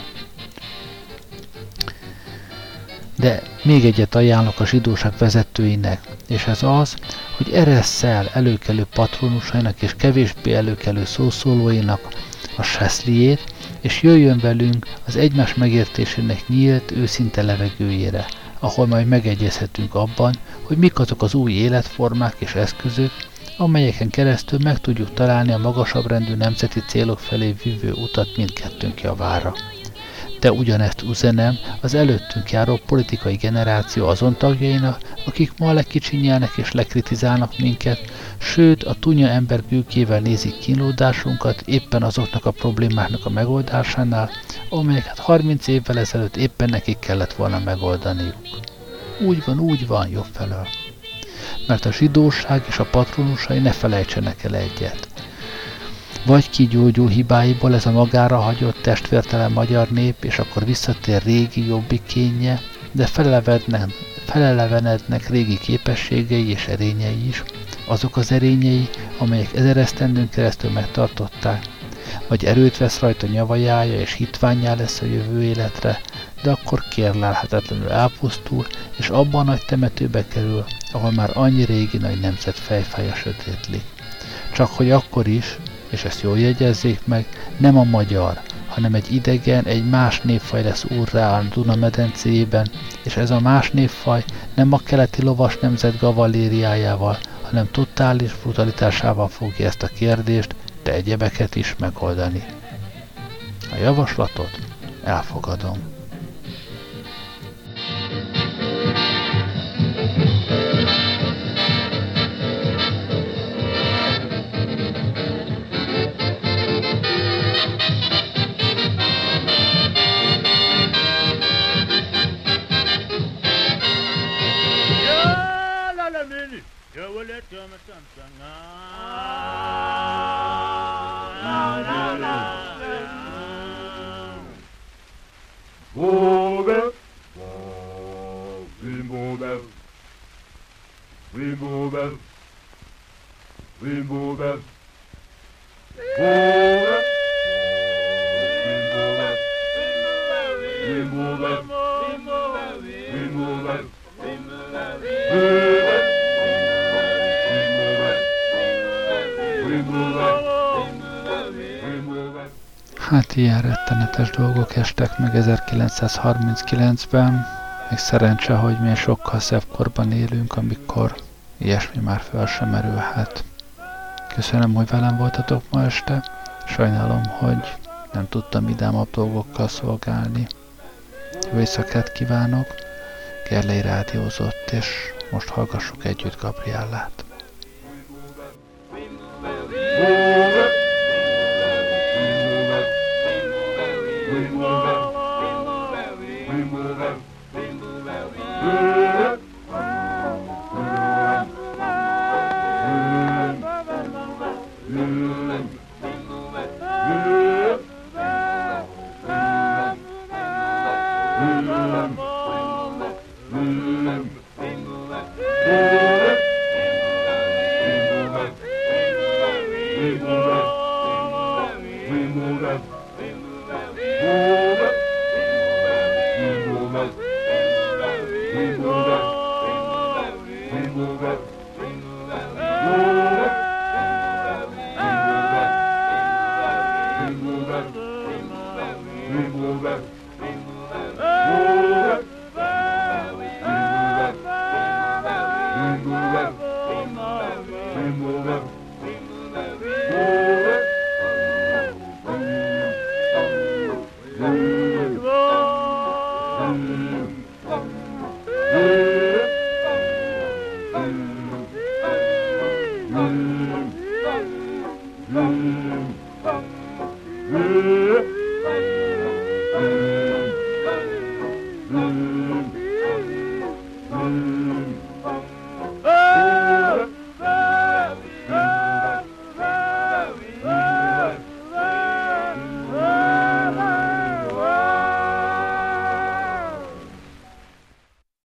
S2: De még egyet ajánlok a zsidóság vezetőinek, és ez az, hogy eresszel előkelő patronusainak és kevésbé előkelő szószólóinak a seszliét, és jöjjön velünk az egymás megértésének nyílt, őszinte levegőjére, ahol majd megegyezhetünk abban, hogy mik azok az új életformák és eszközök, amelyeken keresztül meg tudjuk találni a magasabb rendű nemzeti célok felé vívő utat mindkettőnk javára. De ugyanezt üzenem az előttünk járó politikai generáció azon tagjainak, akik ma lekicsinyelnek és lekritizálnak minket, sőt a tunya ember gőkével nézik kínlódásunkat éppen azoknak a problémáknak a megoldásánál, amelyeket 30 évvel ezelőtt éppen nekik kellett volna megoldaniuk. Úgy van, jobb felől. Mert a zsidóság és a patronusai ne felejtsenek el egyet. Vagy kigyógyul hibáiból ez a magára hagyott testvértelen magyar nép, és akkor visszatér régi jobbikénye, de felelevenednek régi képességei és erényei is, azok az erényei, amelyek 1000 esztendőn keresztül megtartották, vagy erőt vesz rajta nyavajája és hitvánnyá lesz a jövő életre, de akkor kérlelhetetlenül elpusztul, és abban a nagy temetőbe kerül, ahol már annyi régi nagy nemzet fejfája sötétlik. Csak hogy akkor is, és ezt jól jegyezzék meg, nem a magyar, hanem egy idegen, egy más népfaj lesz úrrá a Duna medencéjében, és ez a más népfaj nem a keleti lovas nemzet gavalériájával, hanem totális brutalitásával fogja ezt a kérdést, de egyebeket is megoldani. A javaslatot elfogadom. Hát ilyen rettenetes dolgok estek meg 1939-ben, még szerencse, hogy mi sokkal szebb korban élünk, amikor ilyesmi már fel sem merülhet. Köszönöm, hogy velem voltatok ma este, sajnálom, hogy nem tudtam vidámabb dolgokkal szolgálni. Jó éjszakát kívánok, Gerlei rádiózott, és most hallgassuk együtt Gabriellát.
S1: Bye.